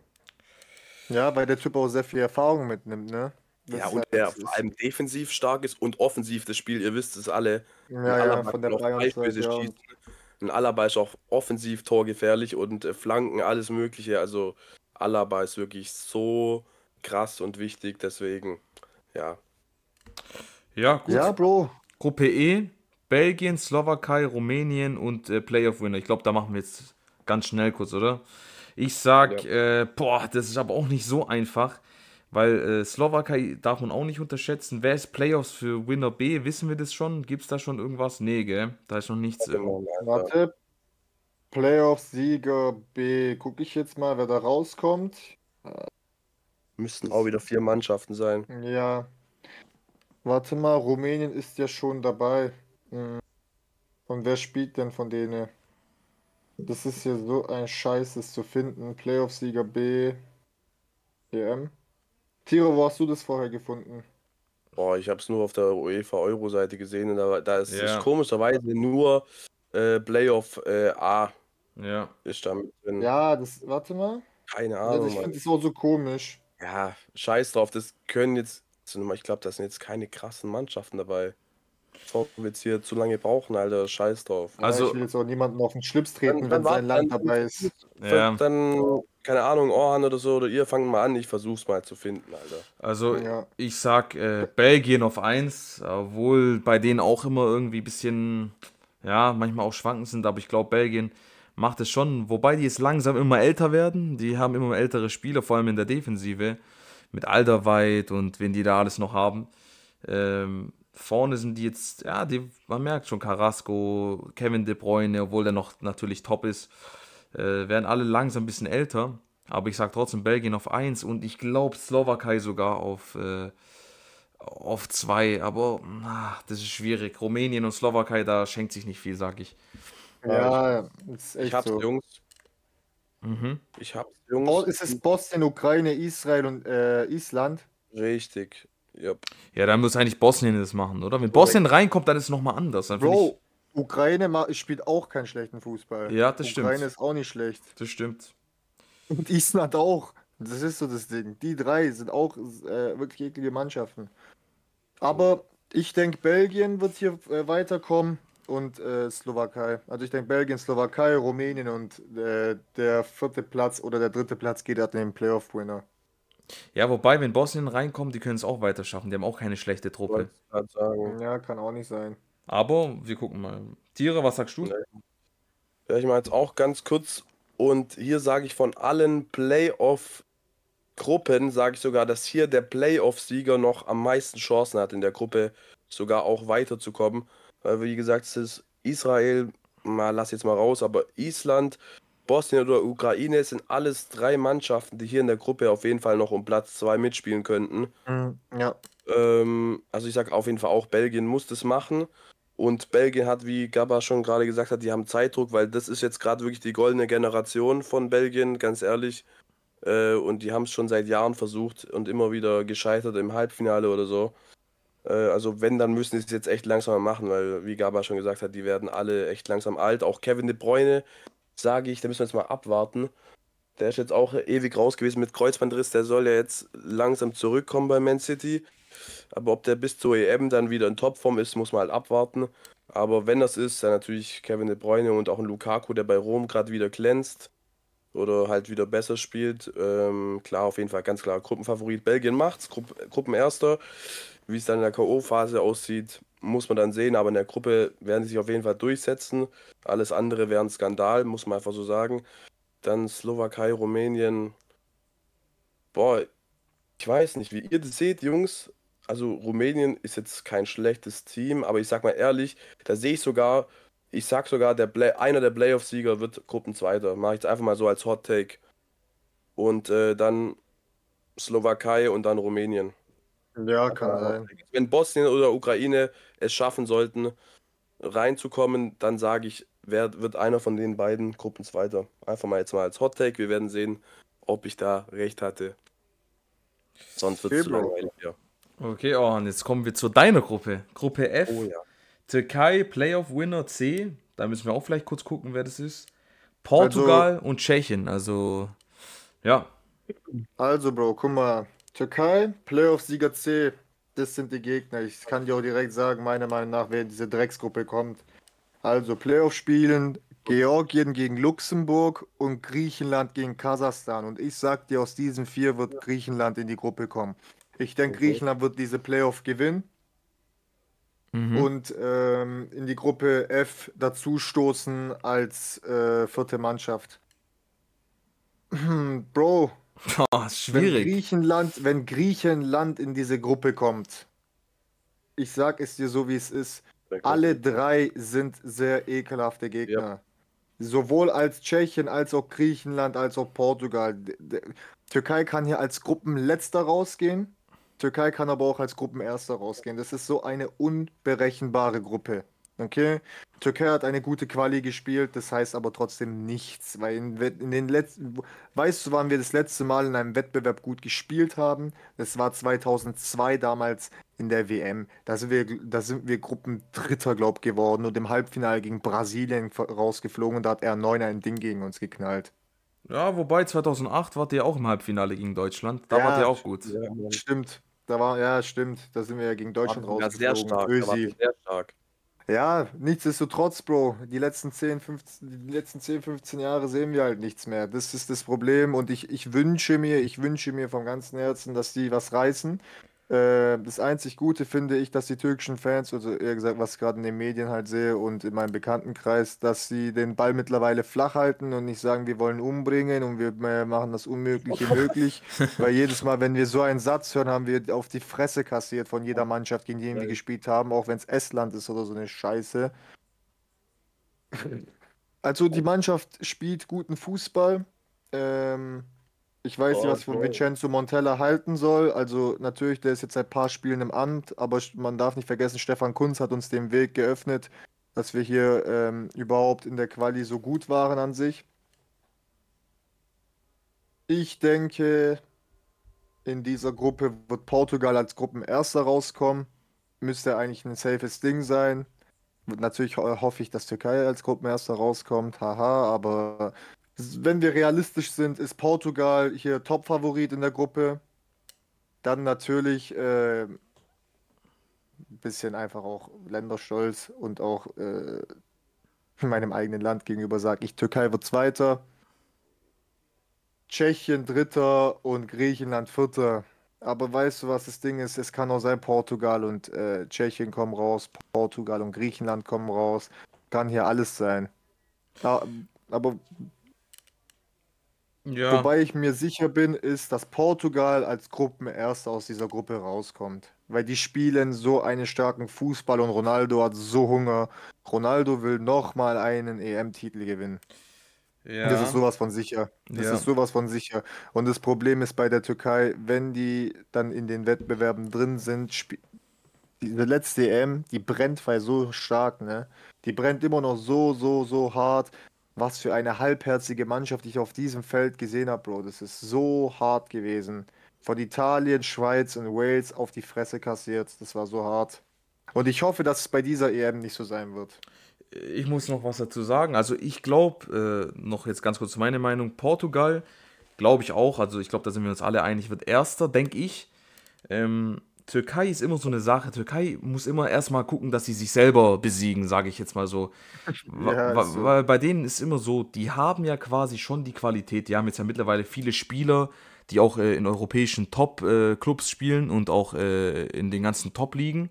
Ja, weil der Typ auch sehr viel Erfahrung mitnimmt, ne? Ja, Das ist und der halt, vor allem defensiv stark ist und offensiv das Spiel, ihr wisst es alle. Ein ja, ja, Alaba von der kann auch Freistöße Bayern-Zeit, ja. schießen. Ein Alaba ist auch offensiv torgefährlich und Flanken, alles Mögliche. Also Alaba ist wirklich so krass und wichtig, deswegen, ja. Ja, Ja, gut. Bro. Gruppe E, Belgien, Slowakei, Rumänien und Playoff-Winner. Ich glaube, da machen wir jetzt ganz schnell kurz, oder? Ich Ja. sag, boah, das ist aber auch nicht so einfach, weil Slowakei darf man auch nicht unterschätzen. Wer ist Playoffs für Winner B? Wissen wir das schon? Gibt es da schon irgendwas? Nee, gell? Da ist noch nichts. Genau, Alter. Warte. Playoff-Sieger B. Gucke ich jetzt mal, wer da rauskommt. Müssten auch Das, wieder 4 Mannschaften sein. ja, warte mal, Rumänien ist ja schon dabei. Hm. Und wer spielt denn von denen? Das ist ja so ein Scheiß, es zu finden. Playoff-Sieger B, EM. Tiro, wo hast du das vorher gefunden? Boah, ich habe es nur auf der UEFA-Euro-Seite gesehen und da ist Ja, komischerweise nur Playoff A ja. ist da mit drin. Ja, das, warte mal. Keine Ja, Ahnung, ich Mann. finde das auch so komisch. Ja, scheiß drauf, das können jetzt, ich glaube, da sind jetzt keine krassen Mannschaften dabei. Bevor wir jetzt hier zu lange brauchen, Alter, scheiß drauf. Ja, ich Also, will jetzt auch niemanden auf den Schlips Dann, treten, dann wenn sein warte, Land dabei ist. ja, keine Ahnung, Orhan oder so, oder ihr fangt mal an, ich versuch's mal zu finden, Alter. also Ja. ich sag Belgien auf 1, obwohl bei denen auch immer irgendwie ein bisschen, ja, manchmal auch schwankend sind, aber ich glaube, Belgien macht es schon, wobei die jetzt langsam immer älter werden. Die haben immer ältere Spieler, vor allem in der Defensive, mit Alderweireld und wen die da alles noch haben. Vorne sind die jetzt, ja, man merkt schon, Carrasco, Kevin De Bruyne, obwohl der noch natürlich top ist, werden alle langsam ein bisschen älter. Aber ich sage trotzdem Belgien auf 1 und ich glaube Slowakei sogar auf 2. Aber das ist schwierig. Rumänien und Slowakei, da schenkt sich nicht viel, sag ich. Ja, ist Ich echt hab's, so. Jungs. Mhm. Ich hab's, Jungs. Es ist Bosnien, Ukraine, Israel und Island. Richtig. Ja, Ja, dann muss eigentlich Bosnien das machen, oder? Wenn Bosnien reinkommt, dann ist es nochmal anders. Dann finde ich, Bro, Ukraine spielt auch keinen schlechten Fußball. ja, das Ukraine stimmt. ist auch nicht schlecht. Das stimmt. Und Island auch. Das ist so das Ding. Die drei sind auch wirklich eklige Mannschaften. Aber ich denke, Belgien wird hier weiterkommen und Slowakei. Also ich denke, Belgien, Slowakei, Rumänien und der vierte Platz oder der dritte Platz geht an den Playoff-Winner. Ja, wobei, wenn Bosnien reinkommt, die können es auch weiter schaffen. Die haben auch keine schlechte Truppe. wollte ich gerade sagen. Ja, kann auch nicht sein. Aber wir gucken mal. Tiere, was sagst du? Ne? Ja, ich meine jetzt auch ganz kurz. Und hier sage ich von allen Playoff-Gruppen, sage ich sogar, dass hier der Playoff-Sieger noch am meisten Chancen hat, in der Gruppe sogar auch weiterzukommen. Weil, wie gesagt, es ist Israel, mal lass jetzt mal raus, aber Island, Bosnien oder Ukraine sind alles drei Mannschaften, die hier in der Gruppe auf jeden Fall noch um Platz 2 mitspielen könnten. Ja, Also ich sage auf jeden Fall auch, Belgien muss das machen. Und Belgien hat, wie Gabba schon gerade gesagt hat, die haben Zeitdruck, weil das ist jetzt gerade wirklich die goldene Generation von Belgien, ganz ehrlich. Und die haben es schon seit Jahren versucht und immer wieder gescheitert im Halbfinale oder so. Also wenn, dann müssen sie es jetzt echt langsam machen, weil, wie Gabba schon gesagt hat, die werden alle echt langsam alt. Auch Kevin De Bruyne, sage ich, da müssen wir jetzt mal abwarten. Der ist jetzt auch ewig raus gewesen mit Kreuzbandriss, der soll ja jetzt langsam zurückkommen bei Man City. Aber ob der bis zur EM dann wieder in Topform ist, muss man halt abwarten. Aber wenn das ist, dann natürlich Kevin De Bruyne und auch ein Lukaku, der bei Rom gerade wieder glänzt oder halt wieder besser spielt. Klar, auf jeden Fall ganz klar Gruppenfavorit. Belgien macht's, Gruppenerster. Wie es dann in der K.O.-Phase aussieht, muss man dann sehen. Aber in der Gruppe werden sie sich auf jeden Fall durchsetzen. Alles andere wäre ein Skandal, muss man einfach so sagen. Dann Slowakei, Rumänien. Boah, ich weiß nicht, wie ihr das seht, Jungs. Also Rumänien ist jetzt kein schlechtes Team, aber ich sag mal ehrlich, da sehe ich sogar, ich sag sogar, einer der Playoff-Sieger wird Gruppenzweiter. Mache ich jetzt einfach mal so als Hot Take. Und dann Slowakei und dann Rumänien. ja, Einfach kann mal Hot sein. Take. Wenn Bosnien oder Ukraine es schaffen sollten, reinzukommen, dann sage ich, wird einer von den beiden Gruppenzweiter. Einfach mal jetzt mal als Hot Take. Wir werden sehen, ob ich da recht hatte. Sonst wird es Okay, zu Bro. langweilig, ja. Okay, oh, und jetzt kommen wir zu deiner Gruppe. Gruppe F. Oh ja. Türkei, Playoff-Winner C. Da müssen wir auch vielleicht kurz gucken, wer das ist. Also, Portugal und Tschechien. Also, ja. also, Bro, guck mal. Türkei, Playoff-Sieger C. Das sind die Gegner. Ich kann dir auch direkt sagen, meiner Meinung nach, wer in diese Drecksgruppe kommt. Also, Playoff spielen Georgien gegen Luxemburg und Griechenland gegen Kasachstan. Und ich sag dir, aus diesen vier wird Griechenland in die Gruppe kommen. Ich denke, Mhm. Griechenland wird diese Playoff gewinnen Mhm. und in die Gruppe F dazustoßen als vierte Mannschaft. Bro, Oh, schwierig. wenn Griechenland in diese Gruppe kommt, ich sag es dir so, wie es ist, alle drei sind sehr ekelhafte Ja, Gegner. Sowohl als Tschechien, als auch Griechenland, als auch Portugal. Türkei kann hier als Gruppenletzter rausgehen. Türkei kann aber auch als Gruppenerster rausgehen. Das ist so eine unberechenbare Gruppe. Okay? Türkei hat eine gute Quali gespielt, das heißt aber trotzdem nichts, weil in den letzten, weißt du, wann wir das letzte Mal in einem Wettbewerb gut gespielt haben? Das war 2002 damals in der WM. Da sind wir Gruppendritter, glaub, geworden und im Halbfinale gegen Brasilien rausgeflogen und da hat R9 ein Ding gegen uns geknallt. Ja, wobei 2008 wart ihr auch im Halbfinale gegen Deutschland. Da wart ihr Ja, auch gut. ja, Mann. stimmt. Ja, stimmt, da sind wir ja gegen Deutschland Ja, sehr rausgeflogen. stark. Da waren sie Ösi. sehr stark. Ja, nichtsdestotrotz, Bro, die letzten 10, 15 Jahre sehen wir halt nichts mehr. Das ist das Problem und ich wünsche mir vom ganzen Herzen, dass die was reißen. Das einzig Gute finde ich, dass die türkischen Fans, also eher gesagt, was ich gerade in den Medien halt sehe und in meinem Bekanntenkreis, dass sie den Ball mittlerweile flach halten und nicht sagen, wir wollen umbringen und wir machen das Unmögliche möglich. Weil jedes Mal, wenn wir so einen Satz hören, haben wir auf die Fresse kassiert von jeder Mannschaft, gegen die wir gespielt haben, auch wenn es Estland ist oder so eine Scheiße. Also die Mannschaft spielt guten Fußball. Ähm, Ich weiß nicht, Oh, was ich von Bro. Vincenzo Montella halten soll. Also natürlich, der ist jetzt seit ein paar Spielen im Amt, aber man darf nicht vergessen, Stefan Kuntz hat uns den Weg geöffnet, dass wir hier überhaupt in der Quali so gut waren an sich. Ich denke, in dieser Gruppe wird Portugal als Gruppenerster rauskommen. Müsste eigentlich ein safes Ding sein. Natürlich hoffe ich, dass Türkei als Gruppenerster rauskommt, haha, aber wenn wir realistisch sind, ist Portugal hier Top-Favorit in der Gruppe. Dann natürlich ein bisschen einfach auch Länderstolz und auch meinem eigenen Land gegenüber sage ich, Türkei wird Zweiter, Tschechien Dritter und Griechenland Vierter. Aber weißt du, was das Ding ist? Es kann auch sein, Portugal und Tschechien kommen raus, Portugal und Griechenland kommen raus. Kann hier alles sein. Ja, aber Ja, wobei ich mir sicher bin, ist, dass Portugal als Gruppenerster aus dieser Gruppe rauskommt. Weil die spielen so einen starken Fußball und Ronaldo hat so Hunger. Ronaldo will nochmal einen EM-Titel gewinnen. Das ist ja, sowas von sicher. Das ja. ist sowas von sicher. Und das Problem ist bei der Türkei, wenn die dann in den Wettbewerben drin sind, diese letzte EM, die brennt weil so stark, ne? Die brennt immer noch so hart. Was für eine halbherzige Mannschaft ich auf diesem Feld gesehen habe, Bro. Das ist so hart gewesen. Von Italien, Schweiz und Wales auf die Fresse kassiert. Das war so hart. Und ich hoffe, dass es bei dieser EM nicht so sein wird. Ich muss noch was dazu sagen. Also ich glaube, noch jetzt ganz kurz meine Meinung, Portugal, glaube ich auch, also ich glaube, da sind wir uns alle einig, wird Erster, denke ich. Türkei ist immer so eine Sache. Türkei muss immer erstmal gucken, dass sie sich selber besiegen, sage ich jetzt mal so. Ja, ist so. Weil bei denen ist immer so, die haben ja quasi schon die Qualität. Die haben jetzt ja mittlerweile viele Spieler, die auch in europäischen Top-Clubs spielen und auch in den ganzen Top-Ligen.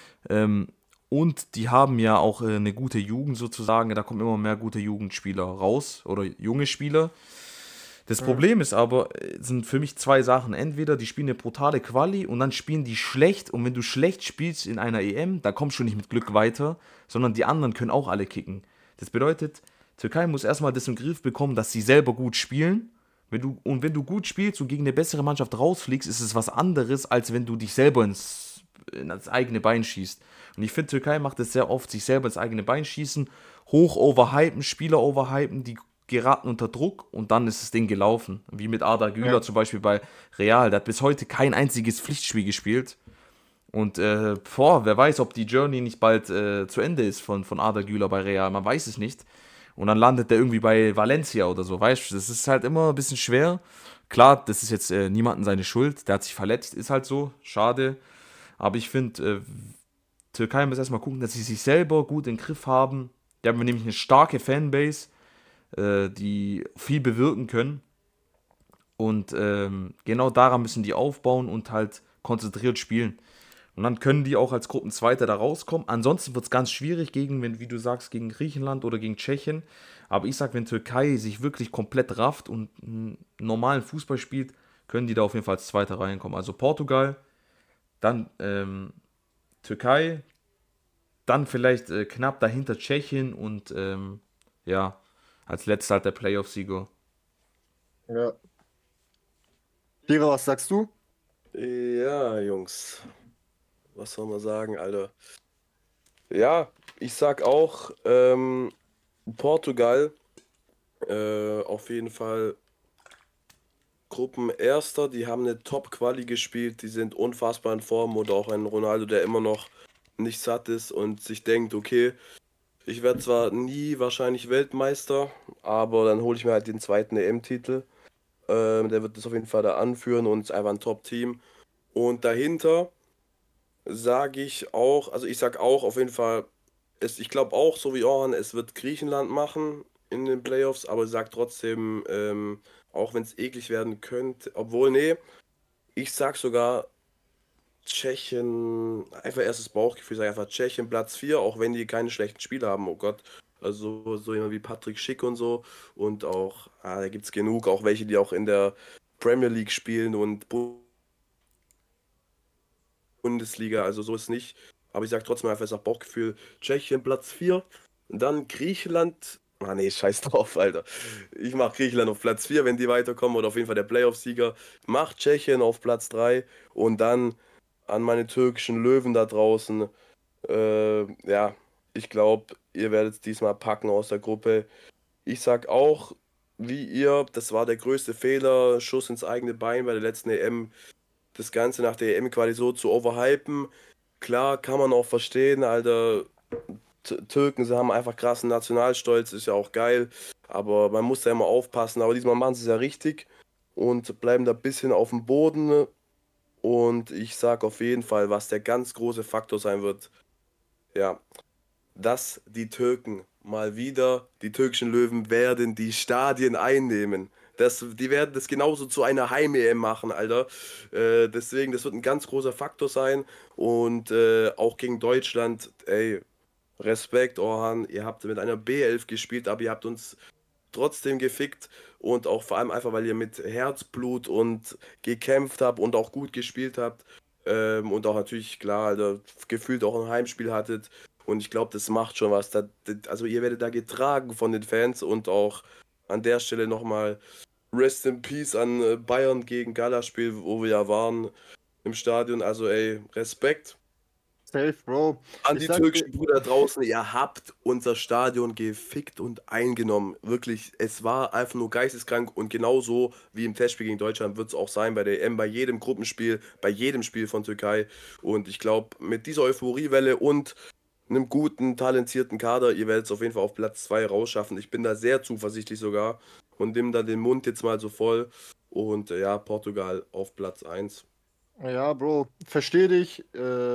Und die haben ja auch eine gute Jugend sozusagen. Da kommen immer mehr gute Jugendspieler raus oder junge Spieler. Das Hm. Problem ist aber, sind für mich zwei Sachen. Entweder die spielen eine brutale Quali und dann spielen die schlecht. Und wenn du schlecht spielst in einer EM, da kommst du nicht mit Glück weiter, sondern die anderen können auch alle kicken. Das bedeutet, Türkei muss erstmal das im Griff bekommen, dass sie selber gut spielen. Wenn du gut spielst und gegen eine bessere Mannschaft rausfliegst, ist es was anderes, als wenn du dich selber ins eigene Bein schießt. Und ich finde, Türkei macht es sehr oft, sich selber ins eigene Bein schießen, hoch overhypen, Spieler overhypen, die geraten unter Druck und dann ist das Ding gelaufen. Wie mit Arda Güler Ja. zum Beispiel bei Real. Der hat bis heute kein einziges Pflichtspiel gespielt. Und wer weiß, ob die Journey nicht bald zu Ende ist von Arda Güler bei Real. Man weiß es nicht. Und dann landet der irgendwie bei Valencia oder so, weißt du? Das ist halt immer ein bisschen schwer. Klar, das ist jetzt niemandem seine Schuld. Der hat sich verletzt, ist halt so. Schade. Aber ich finde, Türkei muss erstmal gucken, dass sie sich selber gut im Griff haben. Die haben nämlich eine starke Fanbase, die viel bewirken können. Und genau daran müssen die aufbauen und halt konzentriert spielen. Und dann können die auch als Gruppenzweiter da rauskommen. Ansonsten wird es ganz schwierig wie du sagst, gegen Griechenland oder gegen Tschechien. Aber ich sag, wenn Türkei sich wirklich komplett rafft und einen normalen Fußball spielt, können die da auf jeden Fall als Zweiter reinkommen. Also Portugal, dann Türkei, dann vielleicht knapp dahinter Tschechien und ja, als letzter halt der Playoff-Sieger. Ja. Kira, was sagst du? Ja, Jungs. Was soll man sagen, Alter? Ja, ich sag auch, Portugal, auf jeden Fall Gruppenerster, die haben eine Top-Quali gespielt, die sind unfassbar in Form oder auch ein Ronaldo, der immer noch nicht satt ist und sich denkt, okay, ich werde zwar nie wahrscheinlich Weltmeister, aber dann hole ich mir halt den zweiten EM-Titel. Der wird das auf jeden Fall da anführen und ist einfach ein Top-Team. Und dahinter sage ich auch, also ich sage auch auf jeden Fall, ich glaube auch, so wie Orhan, es wird Griechenland machen in den Playoffs, aber ich sage trotzdem, auch wenn es eklig werden könnte, obwohl, nee, ich sag sogar Tschechien, einfach erstes Bauchgefühl, sag einfach Tschechien Platz 4, auch wenn die keine schlechten Spiele haben, oh Gott. Also so jemand wie Patrick Schick und so. Und auch, da gibt es genug, auch welche, die auch in der Premier League spielen und Bundesliga, also so ist nicht. Aber ich sag trotzdem einfach, es Bauchgefühl, Tschechien Platz 4, dann Griechenland. Ah nee, scheiß drauf, Alter. Ich mach Griechenland auf Platz 4, wenn die weiterkommen, oder auf jeden Fall der Playoff-Sieger. Mach Tschechien auf Platz 3 und dann an meine türkischen Löwen da draußen. Ja, ich glaube, ihr werdet es diesmal packen aus der Gruppe. Ich sag auch, wie ihr, das war der größte Fehler, Schuss ins eigene Bein bei der letzten EM, das Ganze nach der EM-Quali so zu overhypen. Klar, kann man auch verstehen, Alter. Türken, sie haben einfach krassen Nationalstolz, ist ja auch geil. Aber man muss ja immer aufpassen. Aber diesmal machen sie es ja richtig und bleiben da ein bisschen auf dem Boden. Und ich sag auf jeden Fall, was der ganz große Faktor sein wird, ja, dass die Türken mal wieder, die türkischen Löwen werden die Stadien einnehmen. Die werden das genauso zu einer Heim-EM machen, Alter. Deswegen, das wird ein ganz großer Faktor sein. Und auch gegen Deutschland, ey, Respekt, Orhan, ihr habt mit einer B11 gespielt, aber ihr habt uns trotzdem gefickt und auch vor allem einfach, weil ihr mit Herzblut und gekämpft habt und auch gut gespielt habt und auch natürlich, klar, Alter, gefühlt auch ein Heimspiel hattet und ich glaube, das macht schon was. Also ihr werdet da getragen von den Fans und auch an der Stelle nochmal Rest in Peace an Bayern gegen Galaspiel, wo wir ja waren im Stadion. Also ey, Respekt. Safe, Bro. An Ich die sag dir, türkischen Brüder draußen, ihr habt unser Stadion gefickt und eingenommen. Wirklich, es war einfach nur geisteskrank und genauso wie im Testspiel gegen Deutschland wird es auch sein bei der EM, bei jedem Gruppenspiel, bei jedem Spiel von Türkei. Und ich glaube, mit dieser Euphoriewelle und einem guten, talentierten Kader, ihr werdet es auf jeden Fall auf Platz 2 rausschaffen. Ich bin da sehr zuversichtlich sogar und nimm da den Mund jetzt mal so voll. Und ja, Portugal auf Platz 1. ja, Bro, verstehe dich.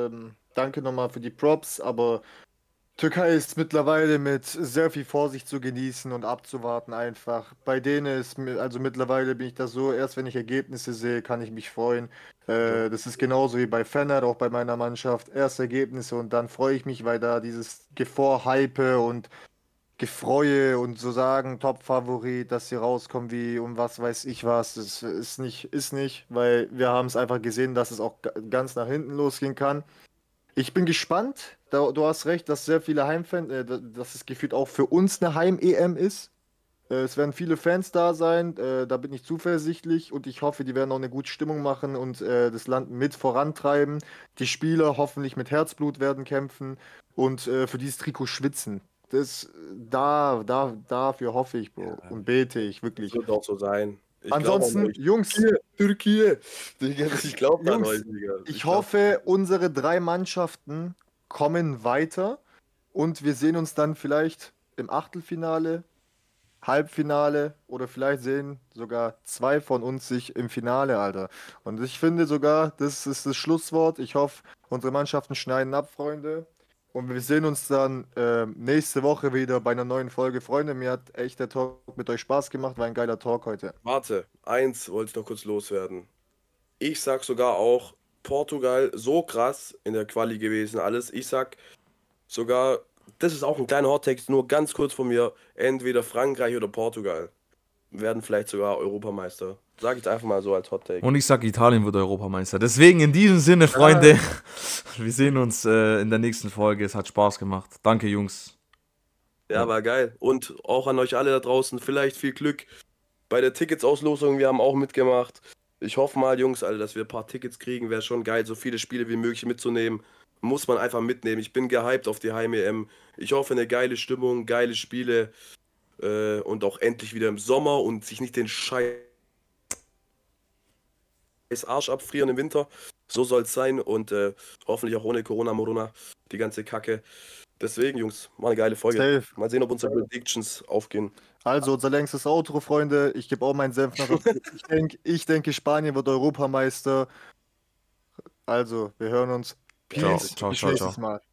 Danke nochmal für die Props, aber Türkei ist mittlerweile mit sehr viel Vorsicht zu genießen und abzuwarten einfach. Bei denen ist, also mittlerweile bin ich da so, erst wenn ich Ergebnisse sehe, kann ich mich freuen. Das ist genauso wie bei Fener, auch bei meiner Mannschaft. Erst Ergebnisse und dann freue ich mich, weil da dieses Gevorhype und Gefreue und so sagen, Top-Favorit, dass sie rauskommen wie und was weiß ich was. Das ist nicht, weil wir haben es einfach gesehen, dass es auch ganz nach hinten losgehen kann. Ich bin gespannt. Du hast recht, dass sehr viele Heimfans, dass es gefühlt auch für uns eine Heim-EM ist. Es werden viele Fans da sein, da bin ich zuversichtlich und ich hoffe, die werden auch eine gute Stimmung machen und das Land mit vorantreiben. Die Spieler hoffentlich mit Herzblut werden kämpfen und für dieses Trikot schwitzen. Dafür hoffe ich, Bro, Ja, und bete ich das wirklich. wird auch so sein. Ich glaube an Ansonsten, euch. Jungs, Türkei. Digga, ich glaube an euch, Jungs, Digga. ich Ich glaube. hoffe, unsere drei Mannschaften kommen weiter und wir sehen uns dann vielleicht im Achtelfinale, Halbfinale oder vielleicht sehen sogar zwei von uns sich im Finale, Alter. Und ich finde sogar, das ist das Schlusswort. Ich hoffe, unsere Mannschaften schneiden ab, Freunde. Und wir sehen uns dann nächste Woche wieder bei einer neuen Folge. Freunde, mir hat echt der Talk mit euch Spaß gemacht. War ein geiler Talk heute. Warte, eins wollte ich noch kurz loswerden. Ich sag sogar auch, Portugal so krass in der Quali gewesen, alles. Ich sag sogar, das ist auch ein kleiner Hottext, nur ganz kurz von mir. Entweder Frankreich oder Portugal werden vielleicht sogar Europameister. Sag ich jetzt einfach mal so als Hottake. Und ich sag, Italien wird Europameister. Deswegen in diesem Sinne, Freunde, wir sehen uns in der nächsten Folge. Es hat Spaß gemacht. Danke, Jungs. Ja, war geil. Und auch an euch alle da draußen, vielleicht viel Glück bei der Ticketsauslosung. Wir haben auch mitgemacht. Ich hoffe mal, Jungs, alle, dass wir ein paar Tickets kriegen. Wäre schon geil, so viele Spiele wie möglich mitzunehmen. Muss man einfach mitnehmen. Ich bin gehypt auf die Heim-EM. Ich hoffe, eine geile Stimmung, geile Spiele und auch endlich wieder im Sommer und sich nicht den Scheiß Arsch abfrieren im Winter. So soll es sein und hoffentlich auch ohne Corona-Morona, die ganze Kacke. Deswegen, Jungs, war eine geile Folge. Safe. Mal sehen, ob unsere Predictions aufgehen. Also unser längstes Outro, Freunde. Ich gebe auch meinen Senf nach. Ich denke, Spanien wird Europameister. Also, wir hören uns. Ciao, Peace. ciao, Bis ciao, nächstes ciao. Mal.